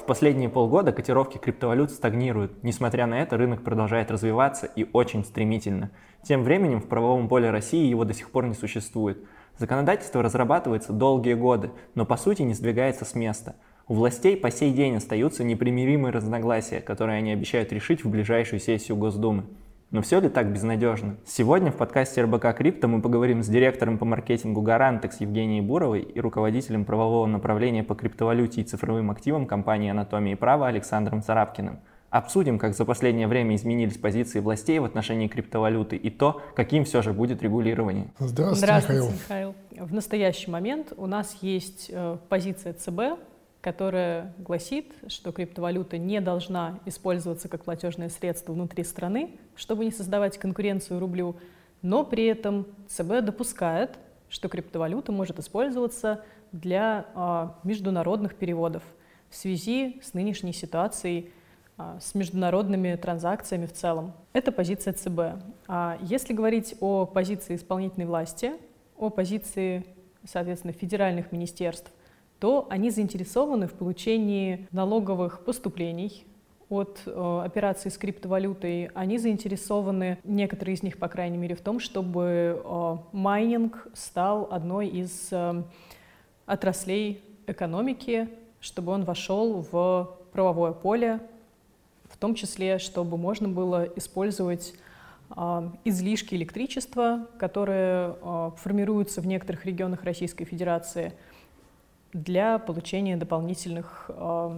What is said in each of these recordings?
последние полгода котировки криптовалют стагнируют. Несмотря на это, рынок продолжает развиваться и очень стремительно. Тем временем в правовом поле России его до сих пор не существует. Законодательство разрабатывается долгие годы, но по сути не сдвигается с места. У властей по сей день остаются непримиримые разногласия, которые они обещают решить в ближайшую сессию Госдумы. Но все ли так безнадежно? Сегодня в подкасте РБК Крипто мы поговорим с директором по маркетингу Гарантекс Евгенией Буровой и руководителем правового направления по криптовалюте и цифровым активам компании «Анатомия и право» Александром Царапкиным. Обсудим, как за последнее время изменились позиции властей в отношении криптовалюты и то, каким все же будет регулирование. Здравствуйте, Михаил. В настоящий момент у нас есть позиция ЦБ, которая гласит, что криптовалюта не должна использоваться как платежное средство внутри страны, чтобы не создавать конкуренцию рублю, но при этом ЦБ допускает, что криптовалюта может использоваться для международных переводов в связи с нынешней ситуацией, с международными транзакциями в целом. Это позиция ЦБ. А если говорить о позиции исполнительной власти, о позиции, соответственно, федеральных министерств, то они заинтересованы в получении налоговых поступлений от операций с криптовалютой. Они заинтересованы, некоторые из них, по крайней мере, в том, чтобы майнинг стал одной из отраслей экономики, чтобы он вошел в правовое поле, в том числе, чтобы можно было использовать излишки электричества, которые формируются в некоторых регионах Российской Федерации, для получения дополнительных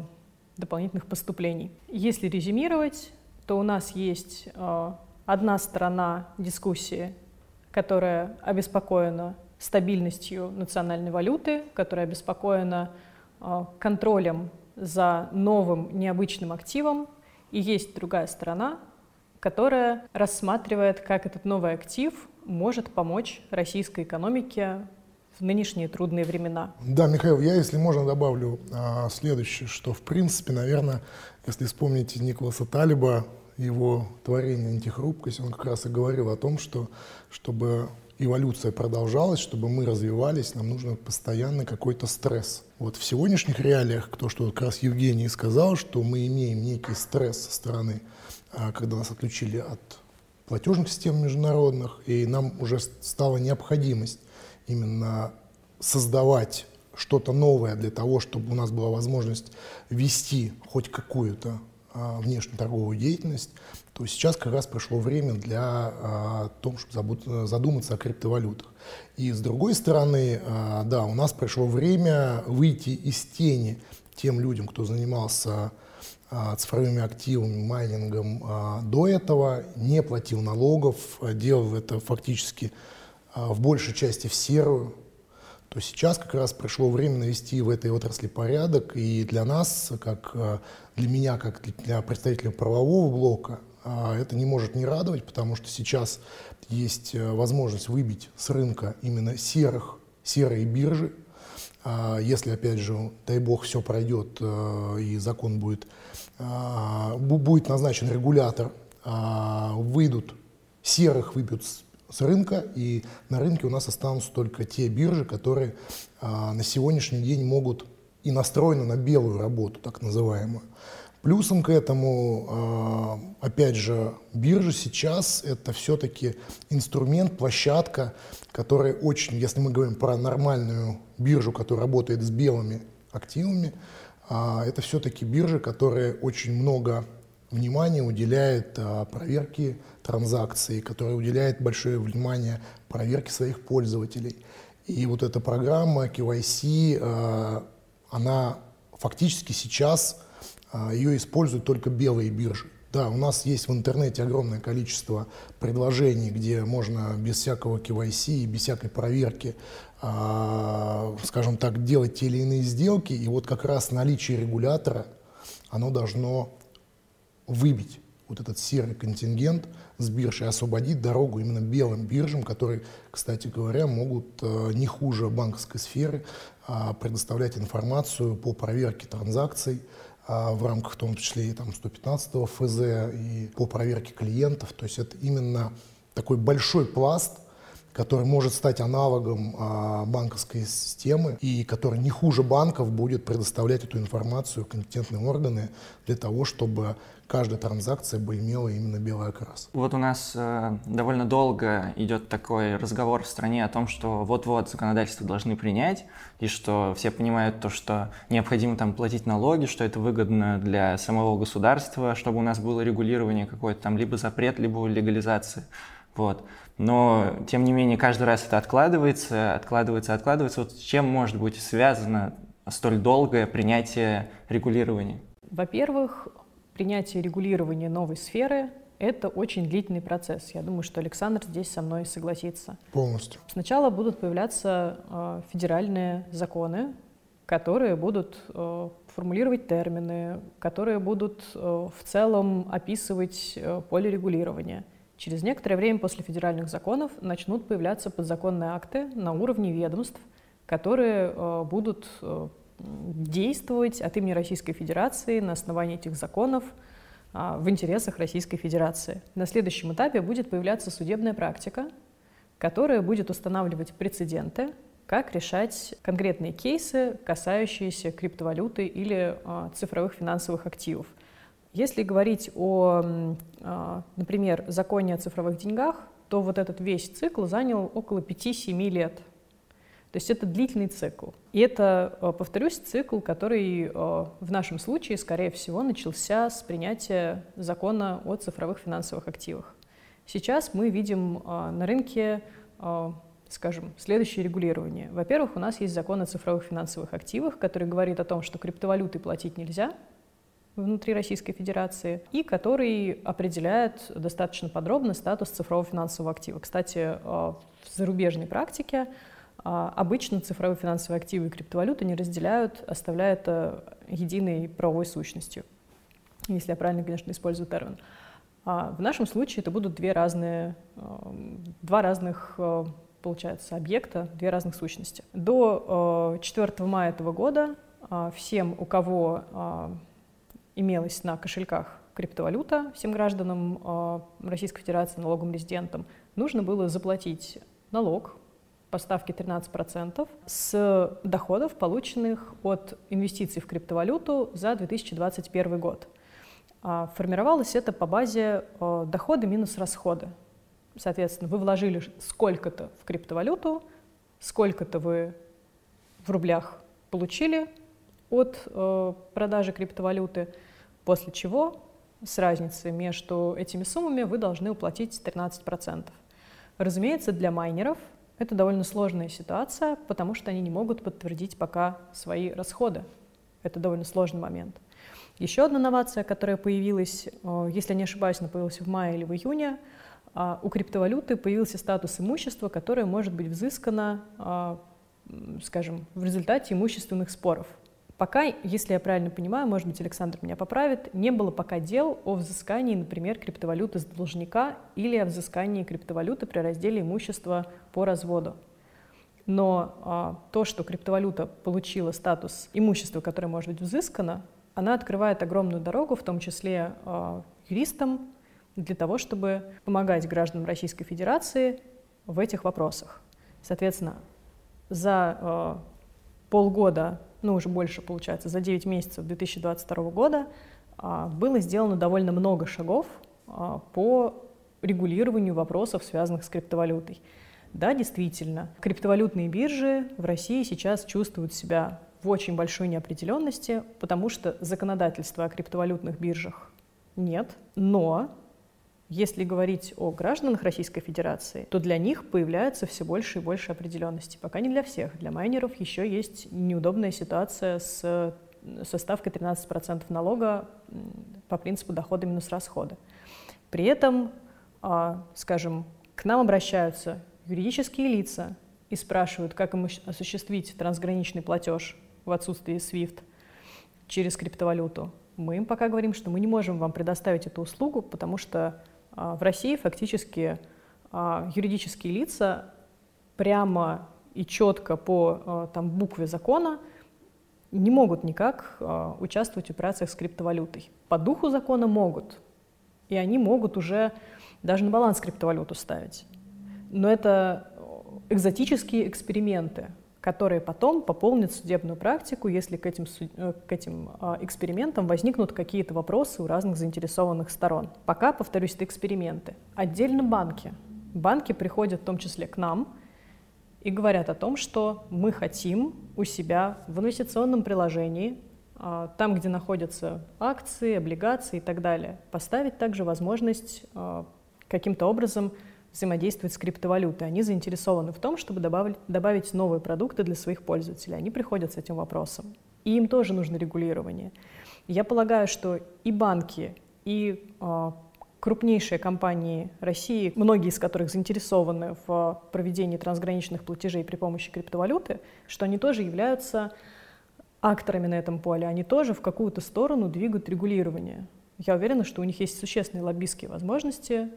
поступлений. Если резюмировать, то у нас есть одна сторона дискуссии, которая обеспокоена стабильностью национальной валюты, которая обеспокоена контролем за новым необычным активом, и есть другая сторона, которая рассматривает, как этот новый актив может помочь российской экономике в нынешние трудные времена. Да, Михаил, я, если можно, добавлю следующее, что, в принципе, наверное, если вспомните Николаса Талеба, его творение «Антихрупкость», он как раз и говорил о том, что чтобы эволюция продолжалась, чтобы мы развивались, нам нужен постоянный какой-то стресс. Вот в сегодняшних реалиях, то, что как раз Евгений сказал, что мы имеем некий стресс со стороны, когда нас отключили от платежных систем международных, и нам уже стала необходимость именно создавать что-то новое для того, чтобы у нас была возможность вести хоть какую-то внешнюю торговую деятельность, то сейчас как раз пришло время для того, чтобы задуматься о криптовалютах. И с другой стороны, да, у нас пришло время выйти из тени тем людям, кто занимался цифровыми активами, майнингом до этого, не платил налогов, делал это фактически в большей части в серую, то сейчас как раз пришло время навести в этой отрасли порядок. И для нас, как для меня, как для представителей правового блока, это не может не радовать, потому что сейчас есть возможность выбить с рынка именно серые биржи. Если, опять же, дай бог, все пройдет и закон будет назначен регулятор, выбьют с рынка, и на рынке у нас останутся только те биржи, которые на сегодняшний день могут и настроены на белую работу, так называемую. Плюсом к этому, опять же, биржа сейчас это все-таки инструмент, площадка, которая очень, если мы говорим про нормальную биржу, которая работает с белыми активами, это все-таки биржа, которая очень много внимание уделяет проверке транзакций, которая уделяет большое внимание проверке своих пользователей. И вот эта программа KYC, она фактически сейчас, ее используют только белые биржи. Да, у нас есть в интернете огромное количество предложений, где можно без всякого KYC и без всякой проверки, скажем так, делать те или иные сделки. И вот как раз наличие регулятора, оно должно выбить вот этот серый контингент с бирж и освободить дорогу именно белым биржам, которые, кстати говоря, могут не хуже банковской сферы предоставлять информацию по проверке транзакций в рамках, в том числе и 115 ФЗ, и по проверке клиентов. То есть это именно такой большой пласт, который может стать аналогом банковской системы и который не хуже банков будет предоставлять эту информацию в компетентные органы для того, чтобы каждая транзакция бы имела именно белый окрас. Вот у нас довольно долго идет такой разговор в стране о том, что вот-вот законодательство должны принять, и что все понимают то, что необходимо там платить налоги, что это выгодно для самого государства, чтобы у нас было регулирование какое-то там, либо запрет, либо легализация. Вот. Но, тем не менее, каждый раз это откладывается. Вот с чем может быть связано столь долгое принятие регулирования? Во-первых, принятие регулирования новой сферы — это очень длительный процесс. Я думаю, что Александр здесь со мной согласится. Полностью. Сначала будут появляться федеральные законы, которые будут формулировать термины, которые будут в целом описывать поле регулирования. Через некоторое время после федеральных законов начнут появляться подзаконные акты на уровне ведомств, которые будут действовать от имени Российской Федерации на основании этих законов в интересах Российской Федерации. На следующем этапе будет появляться судебная практика, которая будет устанавливать прецеденты, как решать конкретные кейсы, касающиеся криптовалюты или цифровых финансовых активов. Если говорить о, например, законе о цифровых деньгах, то вот этот весь цикл занял около 5-7 лет. То есть это длительный цикл. И это, повторюсь, цикл, который в нашем случае, скорее всего, начался с принятия закона о цифровых финансовых активах. Сейчас мы видим на рынке, скажем, следующее регулирование. Во-первых, у нас есть закон о цифровых финансовых активах, который говорит о том, что криптовалюты платить нельзя внутри Российской Федерации, и который определяет достаточно подробно статус цифрового финансового актива. Кстати, в зарубежной практике обычно цифровые финансовые активы и криптовалюты не разделяют, оставляя это единой правовой сущностью, если я правильно, конечно, использую термин. В нашем случае это будут два разных, получается, объекта, две разных сущности. До 4 мая этого года всем, у кого имелась на кошельках криптовалюта, всем гражданам Российской Федерации, налоговым резидентам, нужно было заплатить налог по ставке 13% с доходов, полученных от инвестиций в криптовалюту за 2021 год. Формировалось это по базе доходы минус расходы. Соответственно, вы вложили сколько-то в криптовалюту, сколько-то вы в рублях получили от продажи криптовалюты, после чего с разницей между этими суммами вы должны уплатить 13%. Разумеется, для майнеров это довольно сложная ситуация, потому что они не могут подтвердить пока свои расходы. Это довольно сложный момент. Еще одна новация, которая появилась, если я не ошибаюсь, она появилась в мае или в июне, у криптовалюты появился статус имущества, которое может быть взыскано, скажем, в результате имущественных споров. Пока, если я правильно понимаю, может быть, Александр меня поправит, не было пока дел о взыскании, например, криптовалюты с должника или о взыскании криптовалюты при разделе имущества по разводу. Но то, что криптовалюта получила статус имущества, которое может быть взыскано, она открывает огромную дорогу, в том числе юристам, для того, чтобы помогать гражданам Российской Федерации в этих вопросах. Соответственно, за полгода, уже больше получается, за 9 месяцев 2022 года было сделано довольно много шагов по регулированию вопросов, связанных с криптовалютой. Да, действительно, криптовалютные биржи в России сейчас чувствуют себя в очень большой неопределенности, потому что законодательства о криптовалютных биржах нет, но если говорить о гражданах Российской Федерации, то для них появляется все больше и больше определенности. Пока не для всех. Для майнеров еще есть неудобная ситуация со ставкой 13% налога по принципу дохода минус расходы. При этом, скажем, к нам обращаются юридические лица и спрашивают, как им осуществить трансграничный платеж в отсутствии SWIFT через криптовалюту. Мы им пока говорим, что мы не можем вам предоставить эту услугу, потому что в России фактически юридические лица прямо и четко по букве закона не могут никак участвовать в операциях с криптовалютой. По духу закона могут, и они могут уже даже на баланс криптовалюту ставить. Но это экзотические эксперименты, которые потом пополнят судебную практику, если к этим экспериментам возникнут какие-то вопросы у разных заинтересованных сторон. Пока, повторюсь, это эксперименты. Отдельно банки. Банки приходят в том числе к нам и говорят о том, что мы хотим у себя в инвестиционном приложении, там, где находятся акции, облигации и так далее, поставить также возможность каким-то образом взаимодействовать с криптовалютой. Они заинтересованы в том, чтобы добавить новые продукты для своих пользователей. Они приходят с этим вопросом. И им тоже нужно регулирование. Я полагаю, что и банки, и крупнейшие компании России, многие из которых заинтересованы в проведении трансграничных платежей при помощи криптовалюты, что они тоже являются акторами на этом поле. Они тоже в какую-то сторону двигают регулирование. Я уверена, что у них есть существенные лоббистские возможности,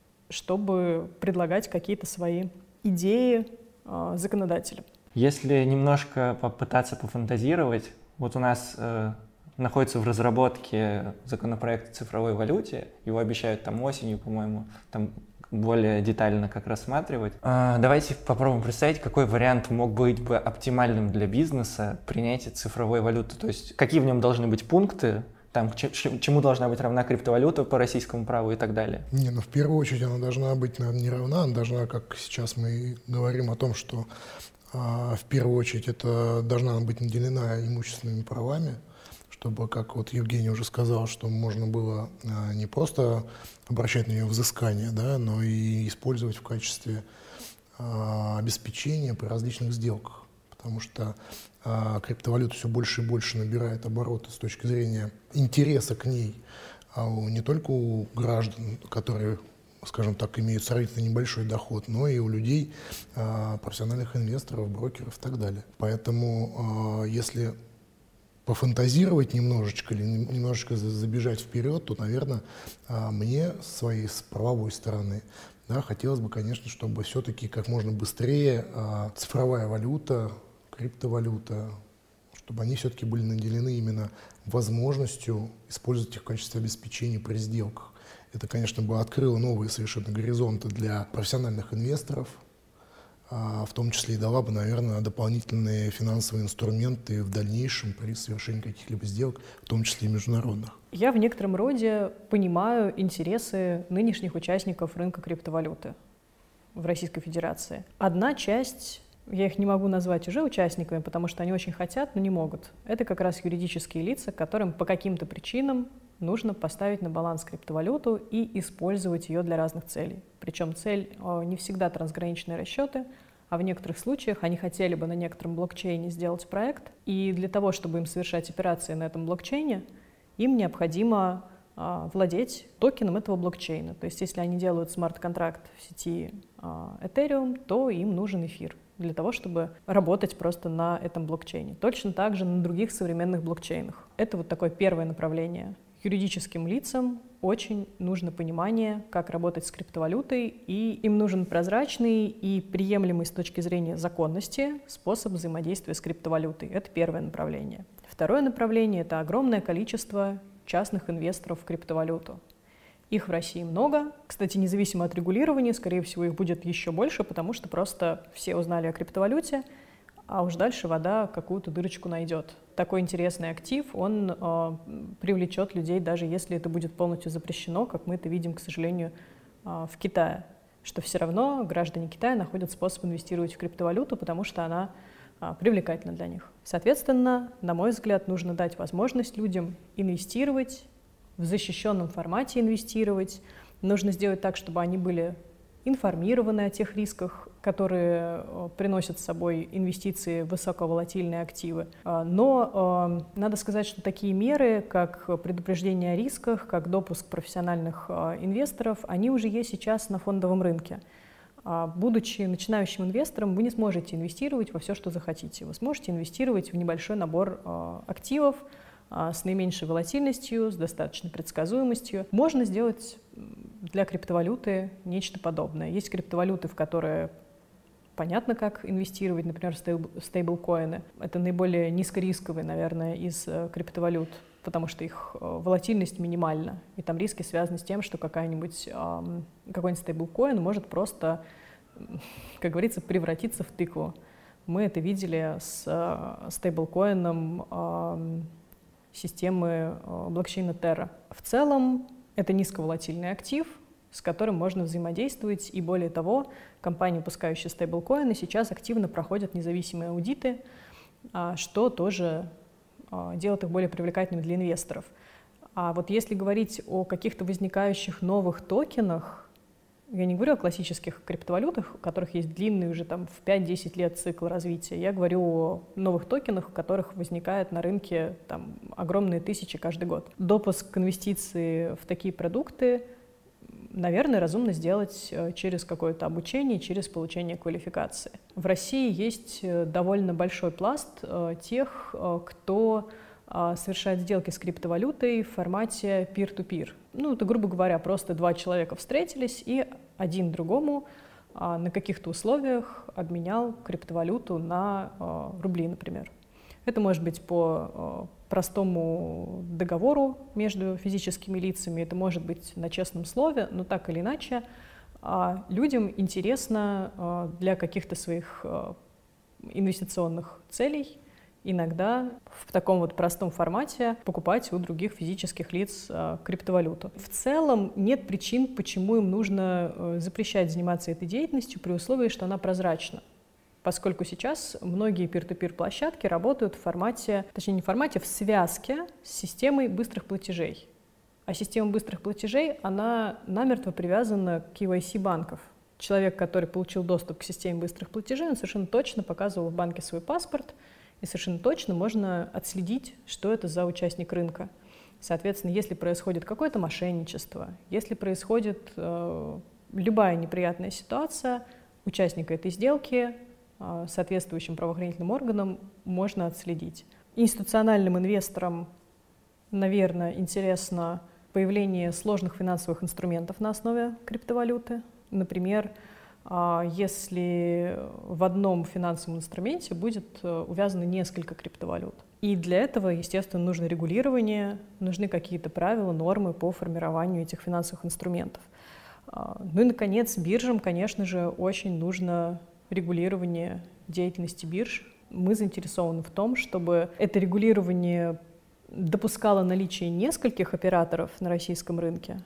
чтобы предлагать какие-то свои идеи законодателям. Если немножко попытаться пофантазировать, вот у нас находится в разработке законопроект о цифровой валюте, его обещают там осенью, по-моему, там более детально как рассматривать. Давайте попробуем представить, какой вариант мог быть бы оптимальным для бизнеса принятия цифровой валюты, то есть какие в нем должны быть пункты, там, чему должна быть равна криптовалюта по российскому праву и так далее? В первую очередь она должна быть, наверное, не равна, она должна, как сейчас мы говорим о том, что в первую очередь это должна быть наделена имущественными правами, чтобы, как вот Евгений уже сказал, что можно было не просто обращать на нее взыскание, да, но и использовать в качестве обеспечения при различных сделках. Потому что криптовалюта все больше и больше набирает обороты с точки зрения интереса к ней, не только у граждан, которые, скажем так, имеют сравнительно небольшой доход, но и у людей, профессиональных инвесторов, брокеров и так далее. Поэтому если пофантазировать немножечко или немножечко забежать вперед, то, наверное, мне с правовой стороны, да, хотелось бы, конечно, чтобы все-таки как можно быстрее цифровая валюта, криптовалюта, чтобы они все-таки были наделены именно возможностью использовать их в качестве обеспечения при сделках. Это, конечно, бы открыло новые совершенно горизонты для профессиональных инвесторов, в том числе и дала бы, наверное, дополнительные финансовые инструменты в дальнейшем при совершении каких-либо сделок, в том числе и международных. Я в некотором роде понимаю интересы нынешних участников рынка криптовалюты в Российской Федерации. Одна часть, я их не могу назвать уже участниками, потому что они очень хотят, но не могут. Это как раз юридические лица, которым по каким-то причинам нужно поставить на баланс криптовалюту и использовать ее для разных целей. Причем цель не всегда трансграничные расчеты, а в некоторых случаях они хотели бы на некотором блокчейне сделать проект, и для того, чтобы им совершать операции на этом блокчейне, им необходимо владеть токеном этого блокчейна. То есть если они делают смарт-контракт в сети Ethereum, то им нужен эфир для того, чтобы работать просто на этом блокчейне. Точно так же на других современных блокчейнах. Это вот такое первое направление. Юридическим лицам очень нужно понимание, как работать с криптовалютой, и им нужен прозрачный и приемлемый с точки зрения законности способ взаимодействия с криптовалютой. Это первое направление. Второе направление — это огромное количество частных инвесторов в криптовалюту. Их в России много. Кстати, независимо от регулирования, скорее всего, их будет еще больше, потому что просто все узнали о криптовалюте, а уж дальше вода какую-то дырочку найдет. Такой интересный актив, он привлечет людей, даже если это будет полностью запрещено, как мы это видим, к сожалению, в Китае. Что все равно граждане Китая находят способ инвестировать в криптовалюту, потому что она привлекательна для них. Соответственно, на мой взгляд, нужно дать возможность людям инвестировать, в защищенном формате инвестировать. Нужно сделать так, чтобы они были информированы о тех рисках, которые приносят с собой инвестиции в высоковолатильные активы. Но надо сказать, что такие меры, как предупреждение о рисках, как допуск профессиональных инвесторов, они уже есть сейчас на фондовом рынке. Будучи начинающим инвестором, вы не сможете инвестировать во все, что захотите. Вы сможете инвестировать в небольшой набор активов с наименьшей волатильностью, с достаточной предсказуемостью. Можно сделать для криптовалюты нечто подобное. Есть криптовалюты, в которые понятно, как инвестировать, например, стейблкоины. Это наиболее низкорисковые, наверное, из криптовалют, потому что их волатильность минимальна, и там риски связаны с тем, что какой-нибудь стейблкоин может просто как говорится, превратиться в тыкву. Мы это видели с стейблкоином системы блокчейна Terra. В целом, это низковолатильный актив, с которым можно взаимодействовать, и более того, компании, выпускающие стейблкоины, сейчас активно проходят независимые аудиты, что тоже делает их более привлекательными для инвесторов. А вот если говорить о каких-то возникающих новых токенах, я не говорю о классических криптовалютах, у которых есть длинный уже там в 5-10 лет цикл развития. Я говорю о новых токенах, у которых возникает на рынке там огромные тысячи каждый год. Допуск к инвестиции в такие продукты, наверное, разумно сделать через какое-то обучение, через получение квалификации. В России есть довольно большой пласт тех, кто совершает сделки с криптовалютой в формате peer-to-peer. Ну, это, грубо говоря, просто два человека встретились, и один другому на каких-то условиях обменял криптовалюту на рубли, например. Это может быть по простому договору между физическими лицами, это может быть на честном слове, но так или иначе людям интересно для каких-то своих инвестиционных целей иногда в таком вот простом формате покупать у других физических лиц криптовалюту. В целом нет причин, почему им нужно запрещать заниматься этой деятельностью при условии, что она прозрачна. Поскольку сейчас многие peer-to-peer площадки работают в формате, точнее не в формате, в связке с системой быстрых платежей. А система быстрых платежей, она намертво привязана к KYC банков. Человек, который получил доступ к системе быстрых платежей, он совершенно точно показывал в банке свой паспорт, и совершенно точно можно отследить, что это за участник рынка. Соответственно, если происходит какое-то мошенничество, если происходит любая неприятная ситуация, участника этой сделки соответствующим правоохранительным органам можно отследить. Институциональным инвесторам, наверное, интересно появление сложных финансовых инструментов на основе криптовалюты. Например, если в одном финансовом инструменте будет увязано несколько криптовалют. И для этого, естественно, нужно регулирование, нужны какие-то правила, нормы по формированию этих финансовых инструментов. Ну и, наконец, биржам, конечно же, очень нужно регулирование деятельности бирж. Мы заинтересованы в том, чтобы это регулирование допускало наличие нескольких операторов на российском рынке,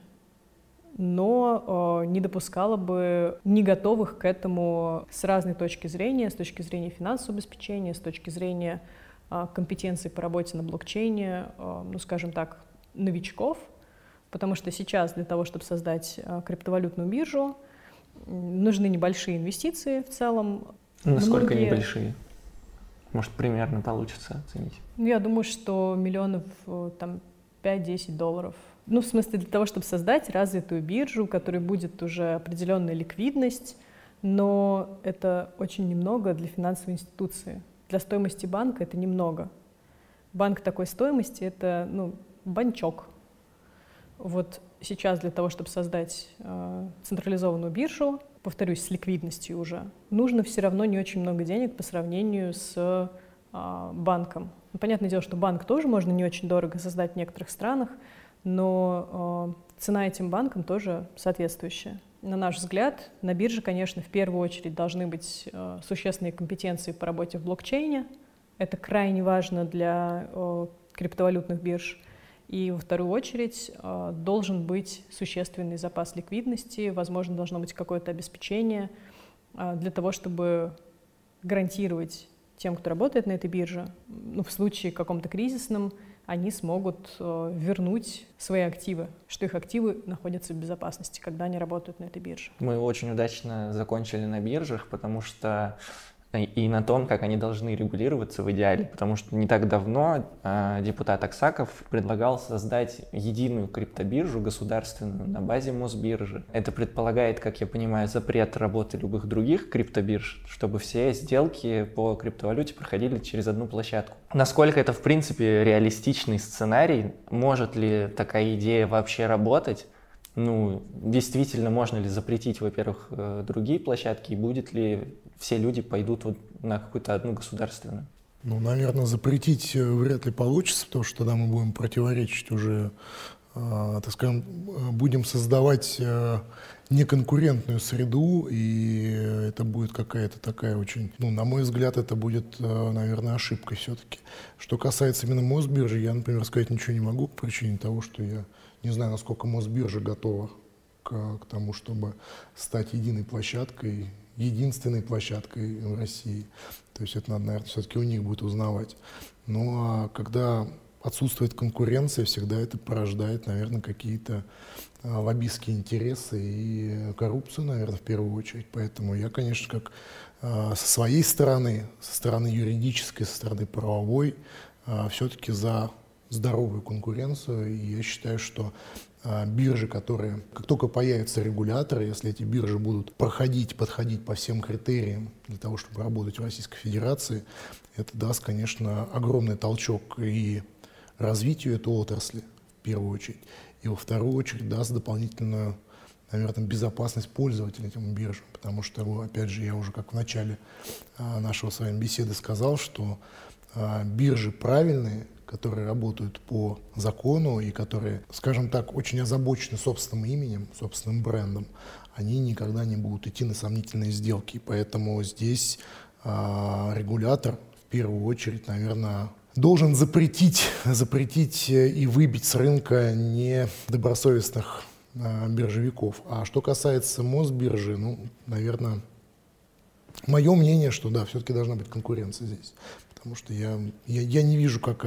но не допускало бы не готовых к этому с разной точки зрения, с точки зрения финансового обеспечения, с точки зрения компетенций по работе на блокчейне, ну, скажем так, новичков, потому что сейчас для того, чтобы создать криптовалютную биржу, нужны небольшие инвестиции в целом. Насколько небольшие? Может, примерно получится оценить? Я думаю, что миллионов там, 5-10 долларов. Ну, в смысле, для того, чтобы создать развитую биржу, у которой будет уже определенная ликвидность, но это очень немного для финансовой институции. Для стоимости банка это немного. Банк такой стоимости — это, ну, банчок. Вот сейчас для того, чтобы создать централизованную биржу, повторюсь, с ликвидностью уже, нужно все равно не очень много денег по сравнению с банком. Ну, понятное дело, что банк тоже можно не очень дорого создать в некоторых странах, но цена этим банкам тоже соответствующая. На наш взгляд, на бирже, конечно, в первую очередь должны быть существенные компетенции по работе в блокчейне. Это крайне важно для криптовалютных бирж. И во вторую очередь должен быть существенный запас ликвидности, возможно, должно быть какое-то обеспечение для того, чтобы гарантировать тем, кто работает на этой бирже, ну, в случае каком-то кризисном, они смогут вернуть свои активы, что их активы находятся в безопасности, когда они работают на этой бирже. Мы очень удачно закончили на биржах, потому что и на том, как они должны регулироваться в идеале, потому что не так давно депутат Аксаков предлагал создать единую криптобиржу государственную на базе Мосбиржи. Это предполагает, как я понимаю, запрет работы любых других криптобирж, чтобы все сделки по криптовалюте проходили через одну площадку. Насколько это, в принципе, реалистичный сценарий? Может ли такая идея вообще работать? Ну, действительно, можно ли запретить, во-первых, другие площадки, и будет ли все люди пойдут вот на какую-то одну государственную? Ну, наверное, запретить вряд ли получится, потому что тогда мы будем противоречить уже так скажем, будем создавать неконкурентную среду, и это будет какая-то такая очень, на мой взгляд, это будет, наверное, ошибкой все-таки. Что касается именно Мосбиржи, я, например, сказать ничего не могу по причине того, что я не знаю, насколько Мосбиржа готова к тому, чтобы стать единой площадкой, единственной площадкой в России. То есть это надо, наверное, все-таки у них будет узнавать. Ну а когда отсутствует конкуренция, всегда это порождает, наверное, какие-то лоббистские интересы и коррупцию, наверное, в первую очередь. Поэтому я, конечно, как со своей стороны, со стороны юридической, со стороны правовой, все-таки за здоровую конкуренцию. И я считаю, что биржи, которые, как только появятся регуляторы, если эти биржи будут подходить по всем критериям для того, чтобы работать в Российской Федерации, это даст, конечно, огромный толчок и развитию этой отрасли, в первую очередь, и во вторую очередь даст дополнительную, наверное, безопасность пользователя этим биржам, потому что, опять же, я уже как в начале нашего с вами беседы сказал, что биржи правильные, которые работают по закону и которые, скажем так, очень озабочены собственным именем, собственным брендом, они никогда не будут идти на сомнительные сделки. Поэтому здесь регулятор в первую очередь, наверное, должен запретить и выбить с рынка недобросовестных биржевиков. А что касается Мосбиржи, наверное, мое мнение, что да, все-таки должна быть конкуренция здесь. Потому что я не вижу, как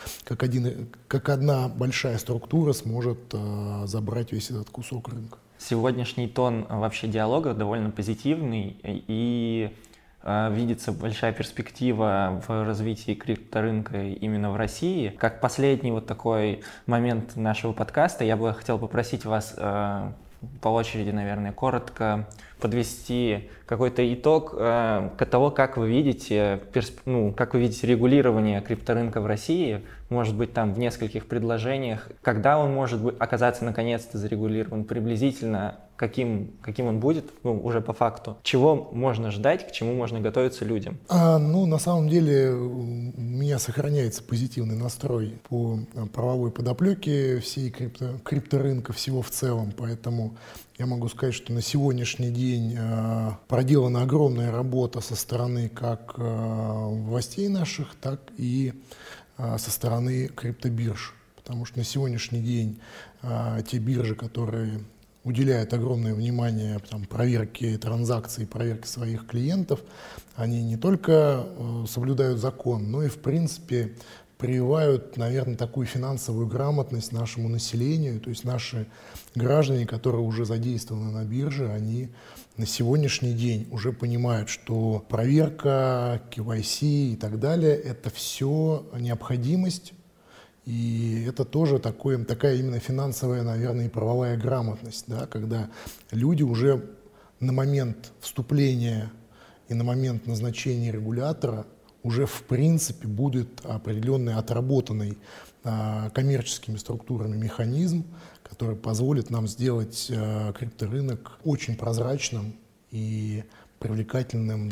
одна большая структура сможет забрать весь этот кусок рынка. Сегодняшний тон вообще диалога довольно позитивный, и видится большая перспектива в развитии крипторынка именно в России. Как последний вот такой момент нашего подкаста, я бы хотел попросить вас по очереди, наверное, коротко подвести какой-то итог того, как вы видите регулирование крипторынка в России, может быть, там в нескольких предложениях, когда он может оказаться наконец-то зарегулирован, приблизительно каким он будет, уже по факту, чего можно ждать, к чему можно готовиться людям? На самом деле у меня сохраняется позитивный настрой по правовой подоплеке всей крипторынка, всего в целом, поэтому я могу сказать, что на сегодняшний день проделана огромная работа со стороны как властей наших, так и со стороны криптобирж, потому что на сегодняшний день те биржи, которые уделяют огромное внимание проверке транзакций, проверке своих клиентов, они не только соблюдают закон, но и, в принципе, прививают, наверное, такую финансовую грамотность нашему населению. То есть наши граждане, которые уже задействованы на бирже, они на сегодняшний день уже понимают, что проверка, KYC и так далее — это все необходимость. И это тоже такая именно финансовая, наверное, и правовая грамотность, да, когда люди уже на момент вступления и на момент назначения регулятора уже в принципе будет определенный отработанный коммерческими структурами механизм, который позволит нам сделать крипторынок очень прозрачным и привлекательным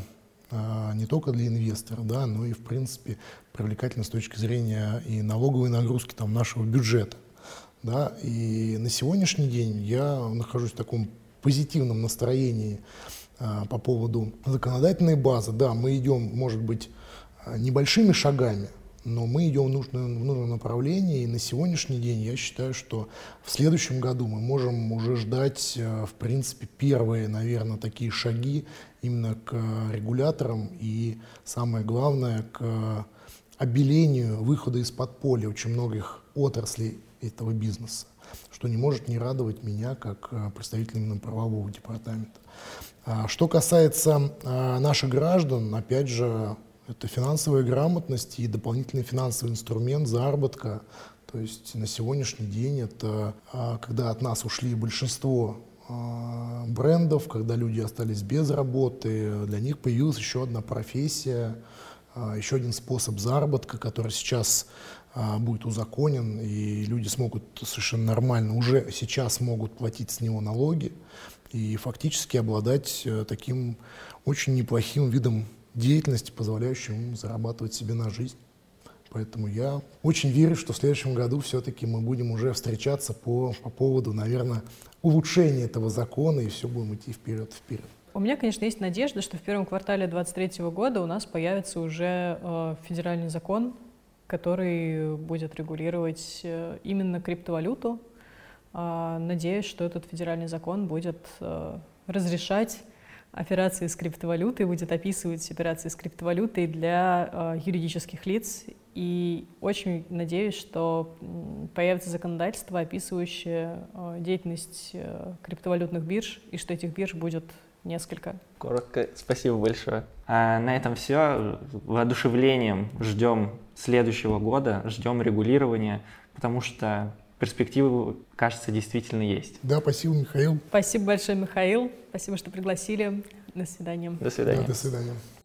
не только для инвесторов, да, но и в принципе привлекательным с точки зрения и налоговой нагрузки нашего бюджета. Да. И на сегодняшний день я нахожусь в таком позитивном настроении по поводу законодательной базы. Да, мы идем, может быть, небольшими шагами, но мы идем в нужном направлении. И на сегодняшний день я считаю, что в следующем году мы можем уже ждать, в принципе, первые, наверное, такие шаги именно к регуляторам и, самое главное, к обелению выхода из подполья очень многих отраслей этого бизнеса, что не может не радовать меня как представителя именно правового департамента. Что касается наших граждан, опять же, это финансовая грамотность и дополнительный финансовый инструмент заработка. То есть на сегодняшний день это когда от нас ушли большинство брендов, когда люди остались без работы, для них появилась еще одна профессия, еще один способ заработка, который сейчас будет узаконен, и люди смогут совершенно нормально, уже сейчас могут платить с него налоги и фактически обладать таким очень неплохим видом деятельности, позволяющим им зарабатывать себе на жизнь. Поэтому я очень верю, что в следующем году все-таки мы будем уже встречаться по поводу, наверное, улучшения этого закона, и все будем идти вперед. У меня, конечно, есть надежда, что в первом квартале 2023 года у нас появится уже федеральный закон, который будет регулировать именно криптовалюту. Надеюсь, что этот федеральный закон будет разрешать операции с криптовалютой, будет описывать операции с криптовалютой для юридических лиц. И очень надеюсь, что появится законодательство, описывающее деятельность криптовалютных бирж, и что этих бирж будет несколько. Коротко, спасибо большое. А на этом все. Воодушевлением ждем следующего года, ждем регулирования, потому что перспективы, кажется, действительно есть. Да, спасибо, Михаил. Спасибо большое, Михаил. Спасибо, что пригласили. До свидания. До свидания. Да, до свидания.